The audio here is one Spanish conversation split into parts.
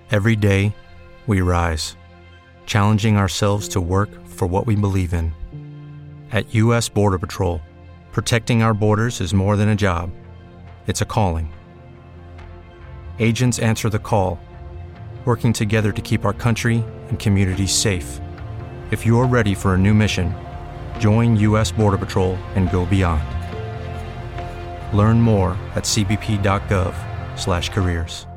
Every day, we rise, challenging ourselves to work for what we believe in. At U.S. Border Patrol, protecting our borders is more than a job. It's a calling. Agents answer the call, working together to keep our country and communities safe. If you're ready for a new mission, join U.S. Border Patrol and go beyond. Learn more at cbp.gov/careers.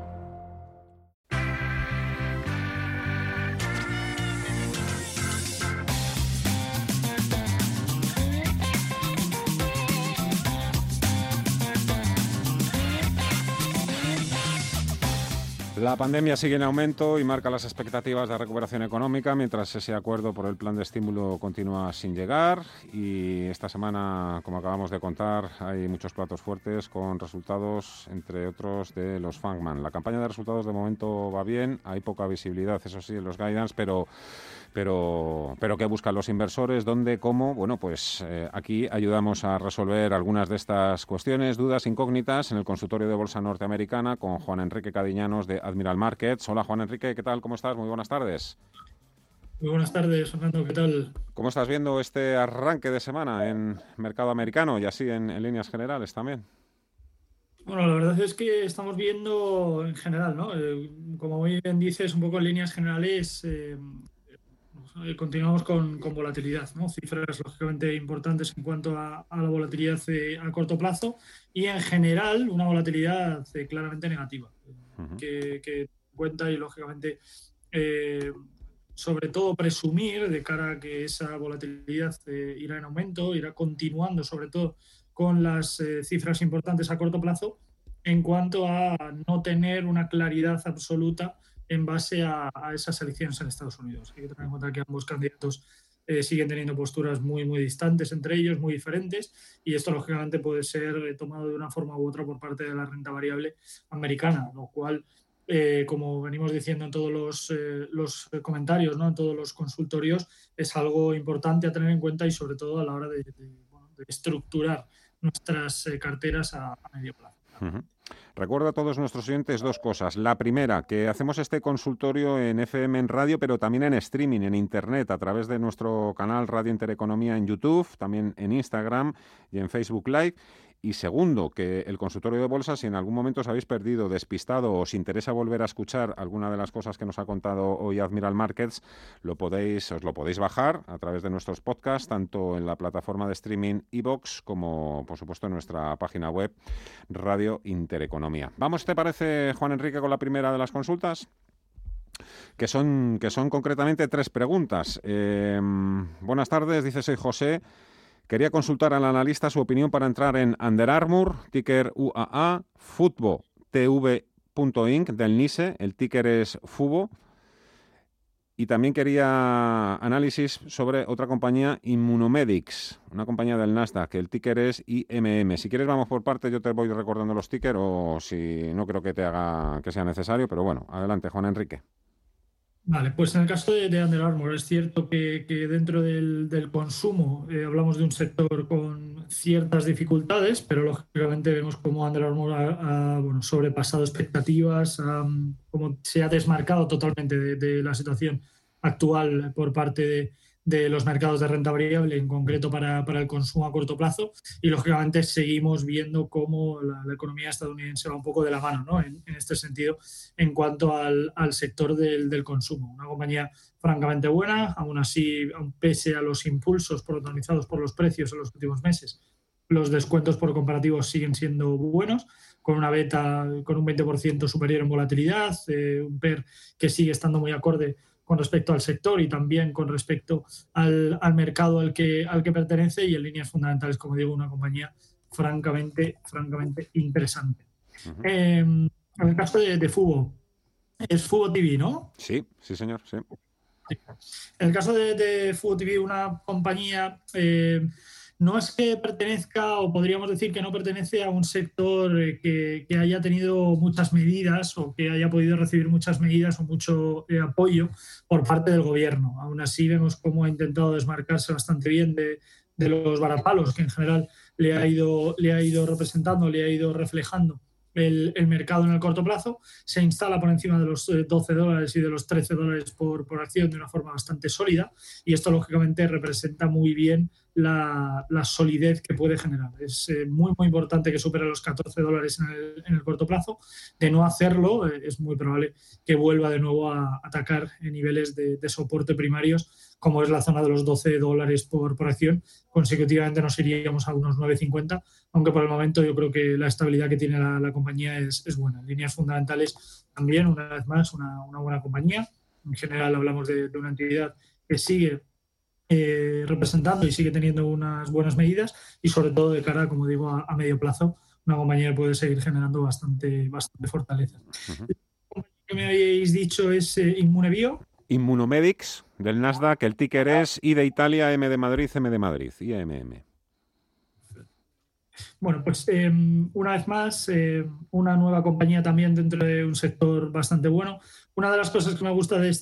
La pandemia sigue en aumento y marca las expectativas de recuperación económica, mientras ese acuerdo por el plan de estímulo continúa sin llegar. Y esta semana, como acabamos de contar, hay muchos platos fuertes con resultados, entre otros, de los Fangman. La campaña de resultados de momento va bien, hay poca visibilidad, eso sí, en los guidance, pero ¿qué buscan los inversores? ¿Dónde? ¿Cómo? Bueno, pues aquí ayudamos a resolver algunas de estas cuestiones, dudas, incógnitas en el consultorio de Bolsa Norteamericana con Juan Enrique Cadiñanos de Admiral Markets. Hola, Juan Enrique, ¿qué tal? ¿Cómo estás? Muy buenas tardes. Muy buenas tardes, Fernando, ¿qué tal? ¿Cómo estás viendo este arranque de semana en mercado americano y así en líneas generales también? Bueno, la verdad es que estamos viendo en general, ¿no? Como muy bien dices, un poco en líneas generales, continuamos con volatilidad, ¿no? Cifras lógicamente importantes en cuanto a la volatilidad a corto plazo y en general una volatilidad claramente negativa, que cuenta y lógicamente sobre todo presumir de cara a que esa volatilidad irá en aumento, irá continuando sobre todo con las cifras importantes a corto plazo en cuanto a no tener una claridad absoluta en base a esas elecciones en Estados Unidos. Hay que tener en cuenta que ambos candidatos siguen teniendo posturas muy, muy distantes entre ellos, muy diferentes, y esto lógicamente puede ser tomado de una forma u otra por parte de la renta variable americana, lo cual, como venimos diciendo en todos los comentarios, ¿no? En todos los consultorios, es algo importante a tener en cuenta y sobre todo a la hora de estructurar nuestras carteras a medio plazo. Recuerdo a todos nuestros oyentes dos cosas. La primera, que hacemos este consultorio en FM, en radio, pero también en streaming, en Internet, a través de nuestro canal Radio Intereconomía en YouTube, también en Instagram y en Facebook Live. Y segundo, que el consultorio de bolsa, si en algún momento os habéis perdido, despistado o os interesa volver a escuchar alguna de las cosas que nos ha contado hoy Admiral Markets, os lo podéis bajar a través de nuestros podcasts, tanto en la plataforma de streaming iVoox como, por supuesto, en nuestra página web Radio Intereconomía. Vamos, ¿te parece, Juan Enrique, con la primera de las consultas? Que son concretamente 3 preguntas. Buenas tardes, dice soy José. Quería consultar al analista su opinión para entrar en Under Armour, ticker UAA, Futbo, tv.inc del NISE, el ticker es FUBO. Y también quería análisis sobre otra compañía, Immunomedics, una compañía del Nasdaq, el ticker es IMM. Si quieres vamos por parte, yo te voy recordando los tickers o si no creo que sea necesario, pero bueno, adelante, Juan Enrique. Vale, pues en el caso de Under Armour es cierto que dentro del consumo hablamos de un sector con ciertas dificultades, pero lógicamente vemos cómo Under Armour ha sobrepasado expectativas, cómo se ha desmarcado totalmente de la situación actual por parte de los mercados de renta variable, en concreto para el consumo a corto plazo, y lógicamente seguimos viendo cómo la economía estadounidense va un poco de la mano, ¿no? En este sentido, en cuanto al sector del consumo. Una compañía francamente buena, aún así, pese a los impulsos protagonizados por los precios en los últimos meses, los descuentos por comparativos siguen siendo buenos, con una beta con un 20% superior en volatilidad, un PER que sigue estando muy acorde con respecto al sector y también con respecto al mercado al que pertenece, y en líneas fundamentales, como digo, una compañía francamente interesante. Uh-huh. En el caso de Fubo, es Fubo TV, ¿no? Sí, señor, sí. En el caso de Fubo TV, una compañía no es que pertenezca, o podríamos decir que no pertenece a un sector que haya tenido muchas medidas o que haya podido recibir muchas medidas o mucho apoyo por parte del gobierno. Aún así vemos cómo ha intentado desmarcarse bastante bien de los varapalos que en general le ha ido representando, le ha ido reflejando el mercado en el corto plazo, se instala por encima de los $12 y de los $13 por acción de una forma bastante sólida, y esto lógicamente representa muy bien la solidez que puede generar. Es muy importante que supere los $14 en el corto plazo. De no hacerlo, es muy probable que vuelva de nuevo a atacar en niveles de soporte primarios, como es la zona de los $12 por acción. Consecutivamente nos iríamos a unos 9,50, aunque por el momento yo creo que la estabilidad que tiene la compañía es buena. En líneas fundamentales también, una vez más, una buena compañía. En general hablamos de una entidad que sigue representando y sigue teniendo unas buenas medidas, y sobre todo de cara, como digo, a medio plazo, una compañía que puede seguir generando bastante fortaleza. Uh-huh. La compañía que me habéis dicho es Immunebio. Immunomedics, del Nasdaq, el ticker es I de Italia, M de Madrid, M de Madrid, IMM. Bueno, pues una vez más, una nueva compañía también dentro de un sector bastante bueno. Una de las cosas que me gusta de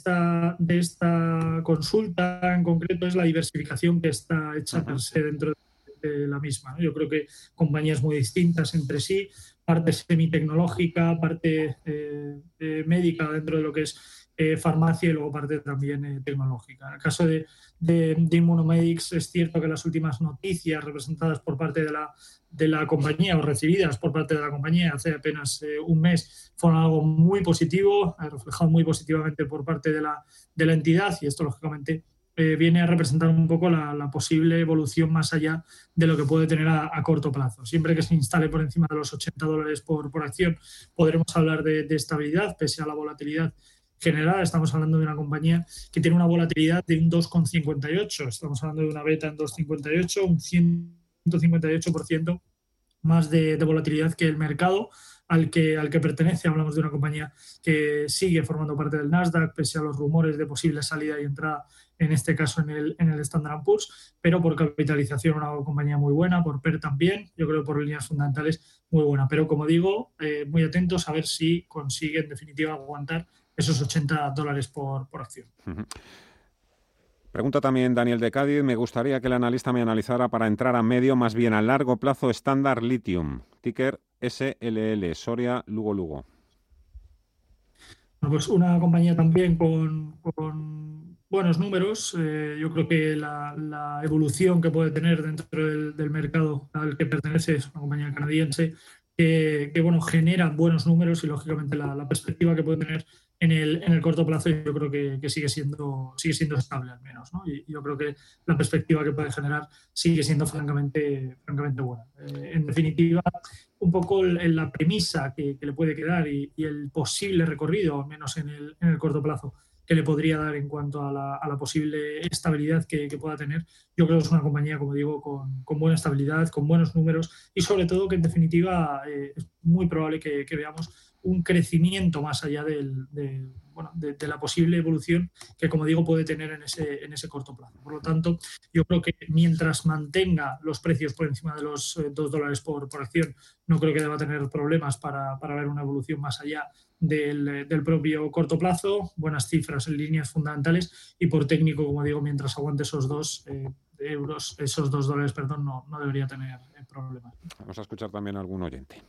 esta consulta en concreto es la diversificación que está hecha per se dentro de la misma, ¿no? Yo creo que compañías muy distintas entre sí, parte semitecnológica, parte médica dentro de lo que es farmacia, y luego parte también tecnológica. En el caso de Immunomedics, es cierto que las últimas noticias representadas por parte de la compañía, o recibidas por parte de la compañía hace apenas un mes, fueron algo muy positivo, reflejado muy positivamente por parte de la entidad, y esto lógicamente viene a representar un poco la posible evolución más allá de lo que puede tener a corto plazo. Siempre que se instale por encima de los $80 por acción, podremos hablar de estabilidad, pese a la volatilidad general. Estamos hablando de una compañía que tiene una volatilidad de un 2,58. Estamos hablando de una beta en 2,58, un 158% más de volatilidad que el mercado al que pertenece. Hablamos de una compañía que sigue formando parte del Nasdaq, pese a los rumores de posible salida y entrada, en este caso en el Standard & Poor's, pero por capitalización una compañía muy buena, por PER también, yo creo que por líneas fundamentales muy buena. Pero como digo, muy atentos a ver si consigue en definitiva aguantar esos $80 por acción. Uh-huh. Pregunta también Daniel de Cádiz: me gustaría que el analista me analizara para entrar a medio, más bien a largo plazo, Standard Lithium, ticker SLL, Soria Lugo Lugo. Bueno, pues una compañía también con buenos números. Yo creo que la evolución que puede tener dentro del mercado al que pertenece es una compañía canadiense que bueno, genera buenos números, y lógicamente la perspectiva que puede tener en el corto plazo yo creo que sigue siendo estable, al menos, ¿no? Y yo creo que la perspectiva que puede generar sigue siendo francamente buena. En definitiva, un poco la premisa que le puede quedar y el posible recorrido, al menos en el corto plazo, que le podría dar en cuanto a la posible estabilidad que pueda tener. Yo creo que es una compañía, como digo, con buena estabilidad, con buenos números, y sobre todo que en definitiva es muy probable que veamos un crecimiento más allá de la posible evolución que, como digo, puede tener en ese corto plazo. Por lo tanto, yo creo que mientras mantenga los precios por encima de los $2 por acción, no creo que deba tener problemas para ver una evolución más allá del propio corto plazo. Buenas cifras en líneas fundamentales, y por técnico, como digo, mientras aguante esos $2, perdón, no debería tener problemas. Vamos a escuchar también a algún oyente.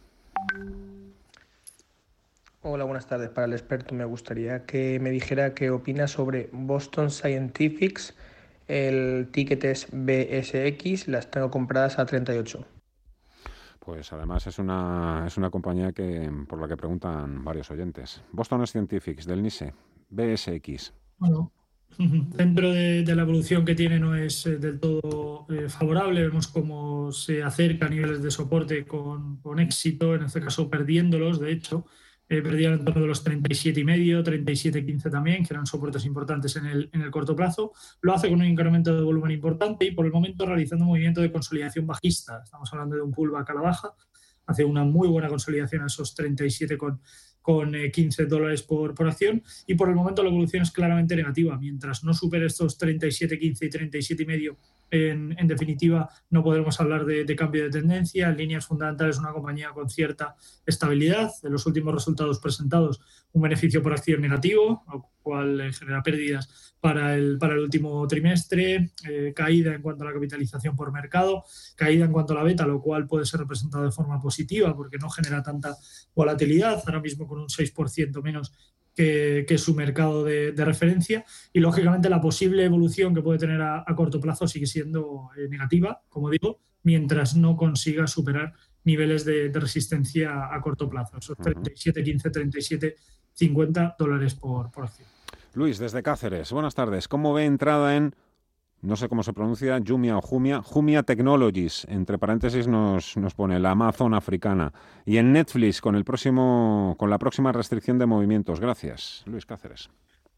Hola, buenas tardes. Para el experto, me gustaría que me dijera qué opina sobre Boston Scientific. El ticket es BSX, las tengo compradas a 38. Pues además es una compañía por la que preguntan varios oyentes. Boston Scientific, del NISE, BSX. Bueno, dentro de la evolución que tiene no es del todo favorable. Vemos cómo se acerca a niveles de soporte con éxito, en este caso perdiéndolos, de hecho. Perdían en torno de los 37,5, 37,15 también, que eran soportes importantes en el corto plazo. Lo hace con un incremento de volumen importante y por el momento realizando un movimiento de consolidación bajista. Estamos hablando de un pullback a la baja. Hace una muy buena consolidación a esos 37,15 dólares por acción, y por el momento la evolución es claramente negativa. Mientras no supere estos 37,15 y 37,5 En definitiva, no podremos hablar de cambio de tendencia. En líneas fundamentales, una compañía con cierta estabilidad. En los últimos resultados presentados, un beneficio por acción negativo, lo cual genera pérdidas para el último trimestre, caída en cuanto a la capitalización por mercado, caída en cuanto a la beta, lo cual puede ser representado de forma positiva porque no genera tanta volatilidad, ahora mismo con un 6% menos que su mercado de referencia, y lógicamente la posible evolución que puede tener a corto plazo sigue siendo negativa, como digo, mientras no consiga superar niveles de resistencia a corto plazo, esos 37,15, 37,50 dólares por acción. Luis, desde Cáceres, buenas tardes. ¿Cómo ve entrada en, no sé cómo se pronuncia, Jumia Technologies, entre paréntesis nos pone la Amazon africana, y en Netflix con la próxima restricción de movimientos? Gracias, Luis Cáceres.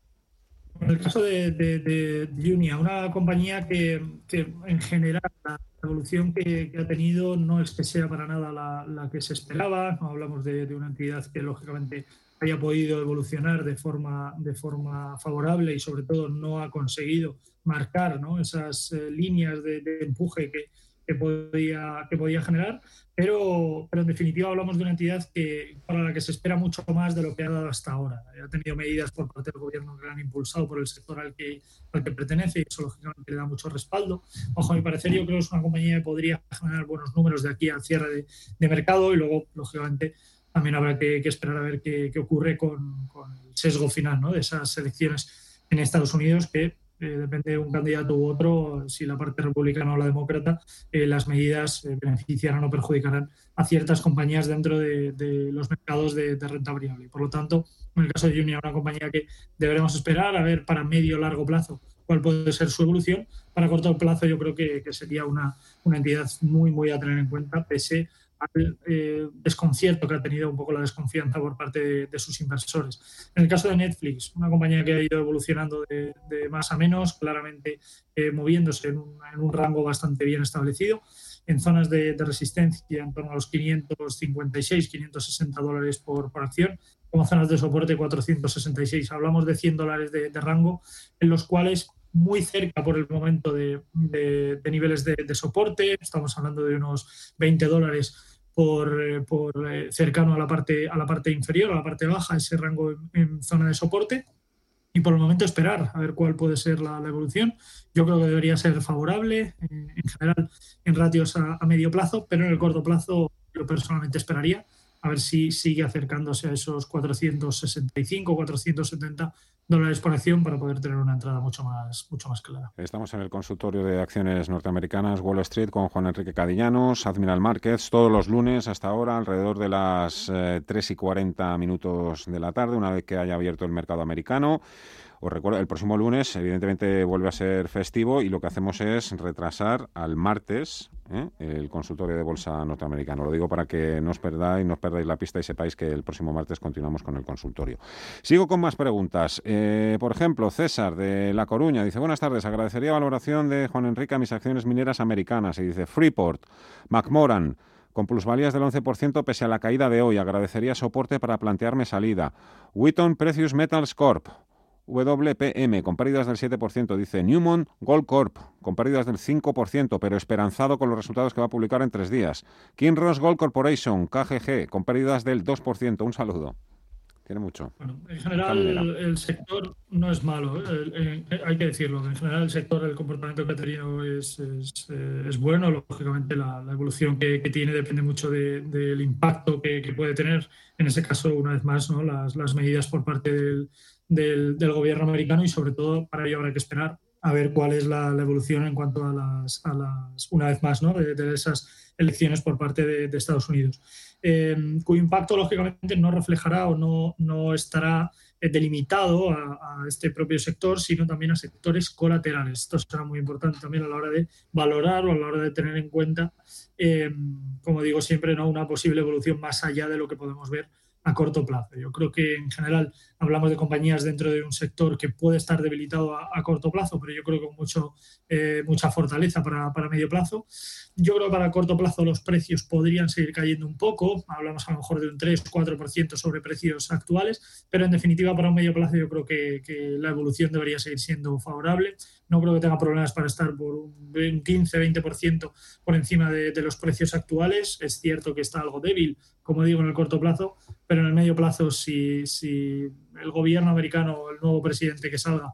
En el caso de Jumia, una compañía que en general la evolución que ha tenido no es que sea para nada la que se esperaba. No hablamos de una entidad que lógicamente haya podido evolucionar de forma favorable y sobre todo no ha conseguido marcar, ¿no?, esas líneas de empuje que podía generar, pero en definitiva hablamos de una entidad para la que se espera mucho más de lo que ha dado hasta ahora. Ha tenido medidas por parte del gobierno que la han impulsado por el sector al que pertenece, y eso lógicamente le da mucho respaldo. Bajo mi parecer, yo creo que es una compañía que podría generar buenos números de aquí al cierre de mercado, y luego lógicamente también habrá que esperar a ver qué ocurre con el sesgo final, ¿no?, de esas elecciones en Estados Unidos, que depende de un candidato u otro, si la parte republicana o la demócrata, las medidas beneficiarán o perjudicarán a ciertas compañías dentro de los mercados de renta variable. Por lo tanto, en el caso de Jumia, una compañía que deberemos esperar a ver para medio o largo plazo cuál puede ser su evolución. Para corto plazo yo creo que sería una entidad muy a tener en cuenta, pese al desconcierto que ha tenido un poco la desconfianza por parte de sus inversores. En el caso de Netflix, una compañía que ha ido evolucionando de más a menos, claramente moviéndose en un rango bastante bien establecido, en zonas de resistencia en torno a los 556, 560 dólares por acción, como zonas de soporte 466. Hablamos de 100 dólares de rango, en los cuales muy cerca por el momento de niveles de soporte. Estamos hablando de unos 20 dólares por cercano a la parte inferior, a la parte baja, ese rango en zona de soporte. Y por el momento esperar a ver cuál puede ser la evolución. Yo creo que debería ser favorable en general en ratios a medio plazo, pero en el corto plazo yo personalmente esperaría a ver si sigue acercándose a esos 465, 470 dólares por acción para poder tener una entrada mucho más clara. Estamos en el consultorio de acciones norteamericanas Wall Street con Juan Enrique Cadillanos, Admiral Markets, todos los lunes hasta ahora, alrededor de las 3:40 de la tarde, una vez que haya abierto el mercado americano. Os recuerdo, el próximo lunes evidentemente vuelve a ser festivo y lo que hacemos es retrasar al martes el consultorio de bolsa norteamericano. Lo digo para que no os perdáis la pista y sepáis que el próximo martes continuamos con el consultorio. Sigo con más preguntas. Por ejemplo, César de La Coruña dice: buenas tardes, agradecería valoración de Juan Enrique a mis acciones mineras americanas. Y dice Freeport, McMoran, con plusvalías del 11% pese a la caída de hoy. Agradecería soporte para plantearme salida. Wheaton Precious Metals Corp, WPM, con pérdidas del 7%, dice Newmont Gold Corp, con pérdidas del 5%, pero esperanzado con los resultados que va a publicar en 3 días. Kinross Gold Corporation, KGG, con pérdidas del 2%. Un saludo. Tiene mucho. Bueno, en general el sector no es malo, hay que decirlo. En general el sector, el comportamiento que ha tenido es bueno. Lógicamente la evolución que tiene depende mucho del impacto que puede tener. En ese caso, una vez más, ¿no?, las medidas por parte del gobierno americano, y sobre todo para ello habrá que esperar a ver cuál es la evolución en cuanto a las una vez más, ¿no?, de esas elecciones por parte de Estados Unidos, cuyo impacto lógicamente no reflejará o no estará delimitado a este propio sector, sino también a sectores colaterales. Esto será muy importante también a la hora de valorar o a la hora de tener en cuenta, como digo siempre, ¿no?, una posible evolución más allá de lo que podemos ver a corto plazo. Yo creo que en general hablamos de compañías dentro de un sector que puede estar debilitado a corto plazo, pero yo creo que con mucha fortaleza para medio plazo. Yo creo que para corto plazo los precios podrían seguir cayendo un poco, hablamos a lo mejor de un 3-4% sobre precios actuales, pero en definitiva para un medio plazo yo creo que la evolución debería seguir siendo favorable. no creo que tenga problemas para estar por un 15-20% por encima de los precios actuales. Es cierto que está algo débil, como digo, en el corto plazo, pero en el medio plazo, si el gobierno americano, el nuevo presidente que salga,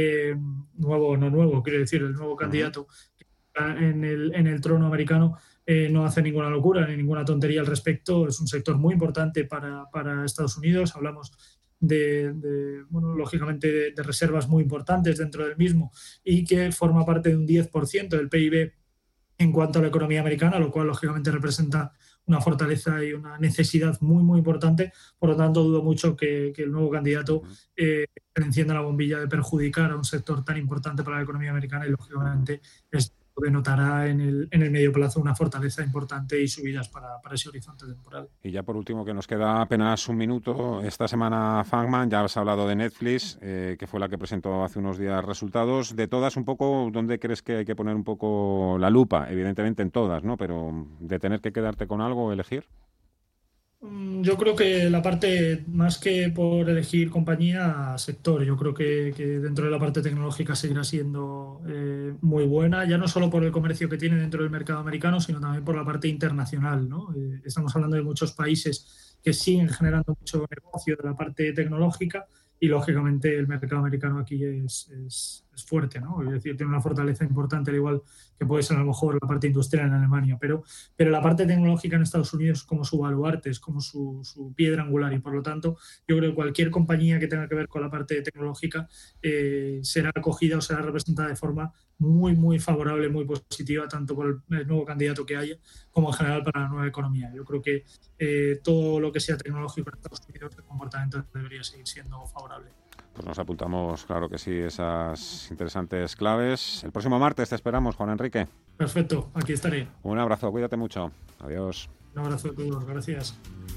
quiero decir, el nuevo candidato en el trono americano, no hace ninguna locura ni ninguna tontería al respecto, es un sector muy importante para Estados Unidos. Hablamos lógicamente de reservas muy importantes dentro del mismo y que forma parte de un 10% del PIB en cuanto a la economía americana, lo cual lógicamente representa una fortaleza y una necesidad muy, muy importante. Por lo tanto, dudo mucho que el nuevo candidato encienda la bombilla de perjudicar a un sector tan importante para la economía americana y lógicamente esto denotará en el medio plazo una fortaleza importante y subidas para ese horizonte temporal. Y ya por último, que nos queda apenas un minuto, esta semana Fangman, ya has hablado de Netflix, que fue la que presentó hace unos días resultados. De todas, un poco, ¿dónde crees que hay que poner un poco la lupa? Evidentemente en todas, ¿no? Pero de tener que quedarte con algo o elegir. Yo creo que la parte, más que por elegir compañía, sector, yo creo que dentro de la parte tecnológica seguirá siendo muy buena, ya no solo por el comercio que tiene dentro del mercado americano, sino también por la parte internacional, ¿no? Estamos hablando de muchos países que siguen generando mucho negocio de la parte tecnológica y, lógicamente, el mercado americano aquí es fuerte, ¿no? Es decir, tiene una fortaleza importante, al igual que puede ser a lo mejor la parte industrial en Alemania, pero la parte tecnológica en Estados Unidos es como su baluarte, es como su piedra angular y, por lo tanto, yo creo que cualquier compañía que tenga que ver con la parte tecnológica será acogida o será representada de forma muy, muy favorable, muy positiva, tanto por el nuevo candidato que haya como en general para la nueva economía. Yo creo que todo lo que sea tecnológico en Estados Unidos, el comportamiento debería seguir siendo favorable. Pues nos apuntamos, claro que sí, esas interesantes claves. El próximo martes te esperamos, Juan Enrique. Perfecto, aquí estaré. Un abrazo, cuídate mucho. Adiós. Un abrazo a todos, gracias.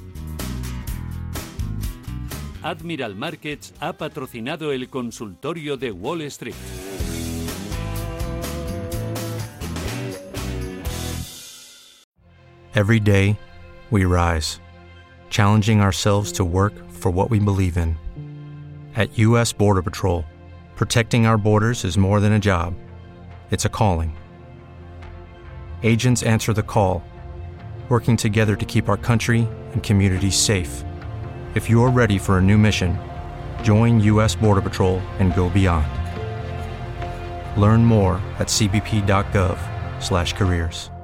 Admiral Markets ha patrocinado el consultorio de Wall Street. Every day, we rise, challenging ourselves to work for what we believe in. At U.S. Border Patrol, protecting our borders is more than a job. It's a calling. Agents answer the call, working together to keep our country and communities safe. If you're ready for a new mission, join U.S. Border Patrol and go beyond. Learn more at cbp.gov/careers.